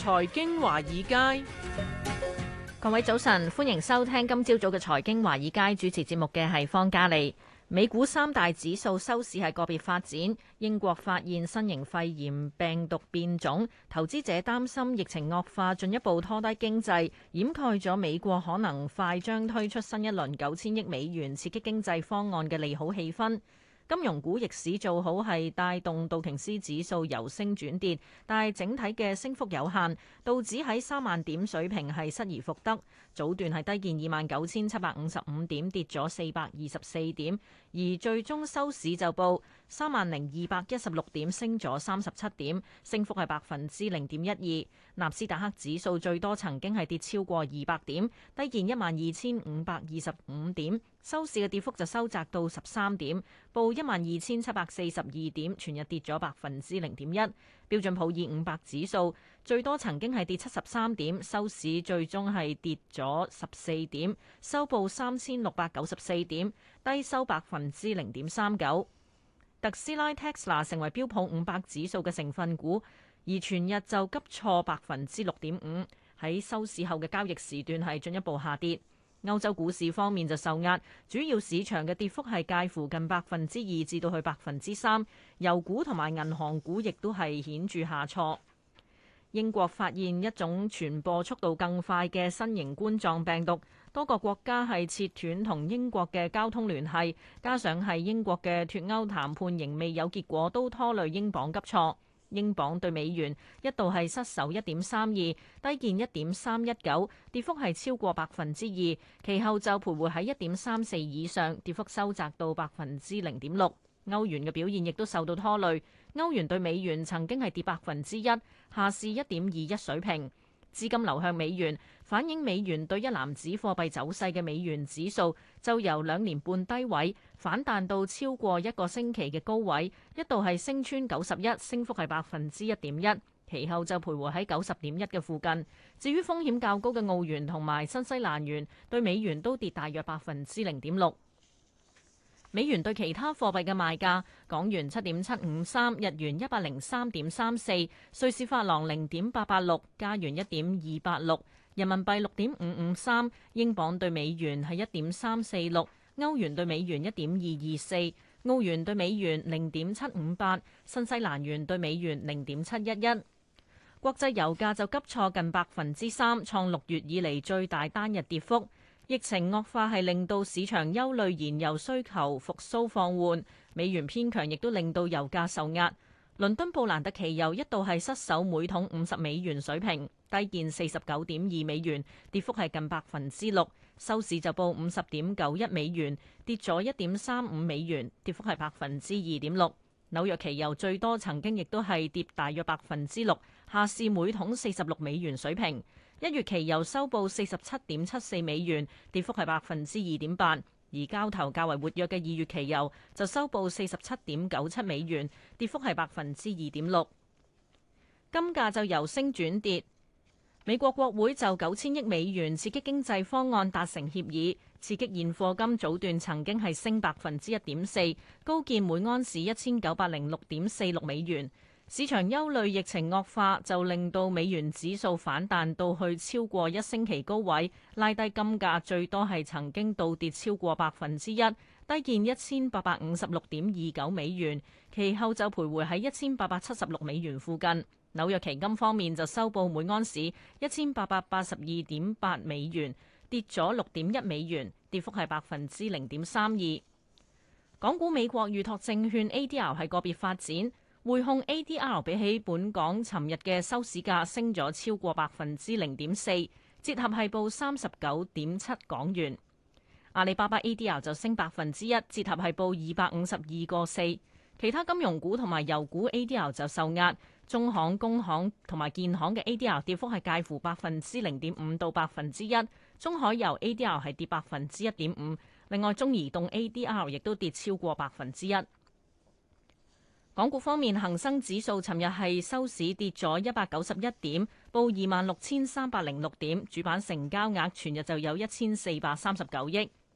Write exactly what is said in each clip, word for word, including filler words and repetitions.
財經華爾街， 各位早晨，歡迎收聽今朝早嘅財經華爾街，主持節目嘅係方嘉利。美股三大指數收市係個別發展。英國發現新型肺炎病毒變種，投資者擔心疫情惡化進一步拖低經濟，掩蓋咗美國可能快將推出新一輪九千億美元刺激經濟方案嘅利好氣氛。金融股逆市做好係帶動道瓊斯指數由升轉跌，但係整體嘅升幅有限，道指喺三萬點水平係失而復得，早段係低見二萬九千七百五十五點，跌咗四百二十四點，而最終收市就報三萬零二百一十六點，升咗三十七點，升幅係百分之零點一二。納斯達克指數最多曾經係跌超過二百點，低見一萬二千五百二十五點。收市嘅跌幅就收窄到十三點，報一萬二千七百四十二點，全日跌咗百分之零點一。標準普爾五百指數最多曾經係跌七十三點，收市最終係跌咗十四點，收報三千六百九十四點，低收百分之零點三九。特斯拉 Tesla 成為標普五百指數嘅成分股，而全日就急挫百分之六點五，喺收市後嘅交易時段係進一步下跌。歐洲股市方面就受壓，主要市場嘅跌幅係介乎近百分之二至到去百分之三，油股同埋銀行股亦都係顯著下挫。英國發現一種傳播速度更快嘅新型冠狀病毒，多個國家係切斷同英國嘅交通聯繫，加上係英國嘅脫歐談判仍未有結果，都拖累英鎊急挫。英鎊對美元一度係失守一點三二，低見一點三一九，跌幅係超過百分之二，其後就徘徊喺一點三四以上，跌幅收窄到百分之零點六。歐元嘅表現亦都受到拖累，歐元對美元曾經係跌百分之一，下試一點二一水平。資金流向美元，反映美元對一籃子貨幣走勢嘅美元指數就由兩年半低位反彈到超過一個星期嘅高位，一度係升穿九十一，升幅係百分之一點一，其後就徘徊喺九十點一嘅附近。至於風險較高嘅澳元同埋新西蘭元對美元都跌大約百分之零點六。美元對其他貨幣嘅賣價：港元七點七五三，日元一百零三點三四，瑞士法郎零點八八六，加元一點二八六，人民幣六點五五三，英鎊對美元係一點三四六，歐元對美元一點二二四，澳元對美元零點七五八，新西蘭元對美元零點七一一。國際油價就急挫近百分之三，創六月以嚟最大單日跌幅。疫情惡化係令到市場憂慮燃油需求復甦放緩，美元偏強亦都令到油價受壓。倫敦布蘭特期油一度係失守每桶五十美元水平，低見四十九點二美元，跌幅係近百分之六。收市就報五十點九一美元，跌咗一點三五美元，跌幅係百分之二點六。紐約期油最多曾經亦都係跌大約百分之六，下試每桶四十六美元水平。一月期油收報四十七點七四美元，跌幅係百分之二點八，而交投較為活躍嘅二月期油就收報四十七點九七美元，跌幅係百分之二點六。金價就由升轉跌。美國國會就九千億美元刺激經濟方案達成協議，刺激現貨金早段曾經係升百分之一點四，高見每安士一千九百零六點四六美元。市場憂慮疫情惡化，就令到美元指數反彈到去超過一星期高位，拉低金價最多係曾經倒跌超過百分之一，低見一千八百五十六點二九美元，其後就徘徊喺一千八百七十六美元附近。紐約期金方面就收報每安士一千八百八十二點八美元，跌咗六點一美元，跌幅係百分之零點三二。港股美國預託證券 A D R 係個別發展。匯控 A D R 比起本港尋日嘅收市價升咗超過百分之零點四，折合係報三十九點七港元。阿里巴巴 A D R 就升百分之一，折合係報二百五十二個四。其他金融股同埋油股 A D R 就受壓，中行、工行同埋建行嘅 A D R 跌幅係介乎百分之零點五到百分之一，中海油 A D R 係跌百分之一點五。另外，中移動 A D R 亦都跌超過百分之一。港股方面，恒生指數尋日係收市跌咗一百九十一點，報二萬六千三百零六點，主板成交額全日就有一千四百三十九億。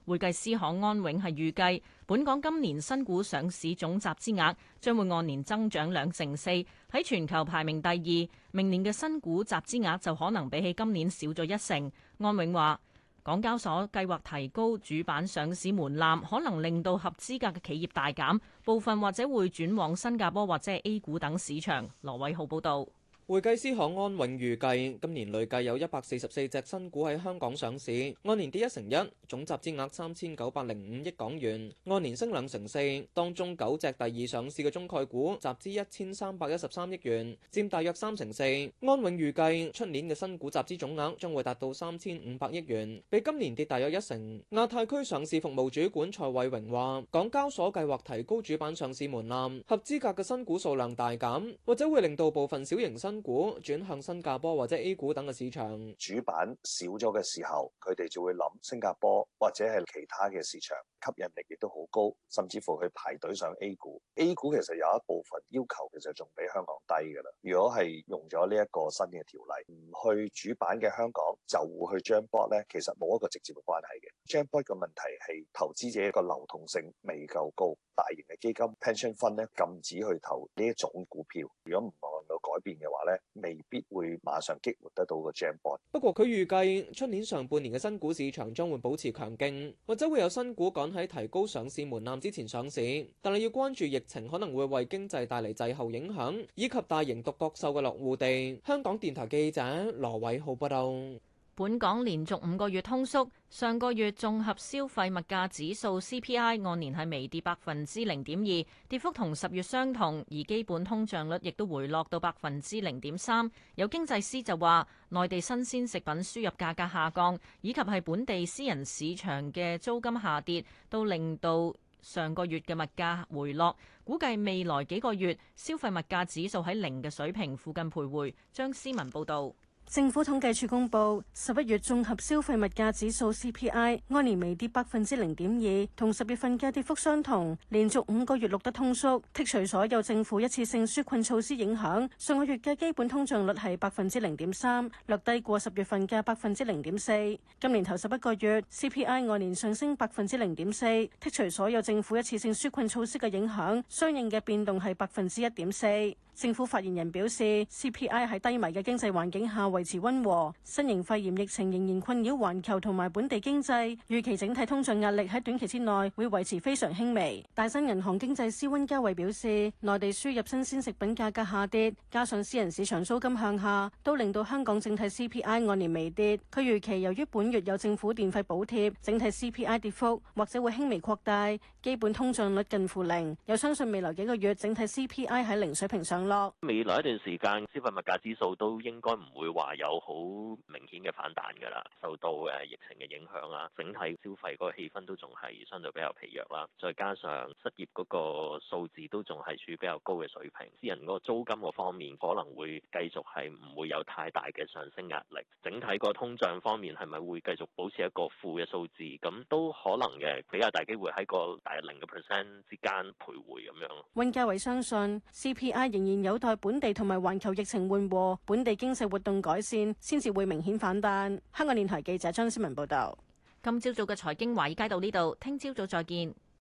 會計師行安永係預計，本港今年新股上市總集資額將會按年增長兩成四，喺全球排名第二。明年嘅新股集資額就可能比起今年少咗一成。安永話，港交所計劃提高主板上市門檻，可能令到合資格嘅企業大減，部分或者會轉往新加坡或者係 A 股等市場。羅偉浩報導。 會計師行安永預計今年累計有一百四十四隻新股喺香港上市，按年跌一成一，總集資額三千九百零五億港元，按年升兩成四。當中九隻第二上市嘅中概股集資一千三百一十三億元，佔大約三成四。安永預計出年嘅新股集資總額將會達到三千五百億元，比今年跌大約一成。亞太區上市服務主管蔡偉榮話，港交所計劃提高主板上市門檻，合資格嘅新股數量大減，或者會令到部分小型新股轉向新加坡或者 A 股等嘅市場。 主板少咗嘅時候，佢哋就會諗新加坡或者係其他嘅市場，吸引力亦都好高，甚至乎去排隊上 A 股。A 股其實有一部分要求其實仲比香港低㗎啦。如果係用咗呢一個新嘅條例，唔去主板嘅香港就會去 Jam Board 咧，其實冇一個直接嘅關係嘅。Jam Board 嘅問題係投資者個流動性未夠高，大型嘅基金 pension fund 咧禁止去投呢一種股票。如果唔能夠改變嘅話咧，未必會馬上激活得到個 Jam Board。 不過佢預計出年上半年嘅新股市場將會保持強勁，或者會有新股趕喺提高上市門檻之前上市，但係要關注疫情可能會為經濟帶嚟滯後影響，以及大型獨角獸嘅落戶地。香港電台記者羅偉浩報道。 本港連續五個月通縮，上個月綜合消費物價指數 C P I 按年係微跌百分之零點二，跌幅同十月相同，而基本通脹率亦都回落到百分之零點三。有經濟師就話，內地新鮮食品輸入價格下降，以及係本地私人市場嘅租金下跌，都令到上個月嘅物價回落。估計未來幾個月消費物價指數喺零嘅水平附近徘徊。張思文報導。 政府統計處公布十一月綜合消費物價指數 C P I 按年微跌百分之零點二，同十月份嘅跌幅相同，連續五個月錄得通縮。剔除所有政府一次性紓困措施影響，上個月嘅基本通脹率係百分之零點三，略低過十月份嘅百分之零點四。今年頭十一個月 C P I 按年上升百分之零點四，剔除所有政府一次性紓困措施嘅影響，相應嘅變動係百分之一點四。政府發言人表示 ，C P I 喺低迷嘅經濟環境下維持溫和，新型肺炎疫情仍然困擾環球同埋本地經濟，預期整體通脹壓力喺短期之內會維持非常輕微。大新銀行經濟師溫家慧表示，內地輸入新鮮食品價格下跌，加上私人市場租金向下，都令到香港整體 C P I 按年微跌。佢預期由於本月有政府電費補貼，整體 C P I 跌幅或者會輕微擴大，基本通脹率近乎零。又相信未來幾個月整體 C P I 喺零水平上。 未來一段時間消費物價指數都應該唔會話有好明顯嘅反彈㗎啦，受到誒疫情嘅影響啊，整體消費嗰個氣氛都仲係相對比較疲弱啦，再加上失業嗰個數字都仲係處於比較高嘅水平，私人嗰個租金嗰方面可能會繼續係唔會有太大嘅上升壓力，整體個通脹方面係咪會繼續保持一個負嘅數字，咁都可能嘅，比較大機會喺個大零嘅 percent 之間徘徊咁樣。 溫家偉相信 C P I 仍然有待本地同埋環球疫情緩和，本地經濟活動改善，先至會明顯反彈。香港電台記者張思文報道。 今朝早嘅財經華爾街到呢度，聽朝早再見。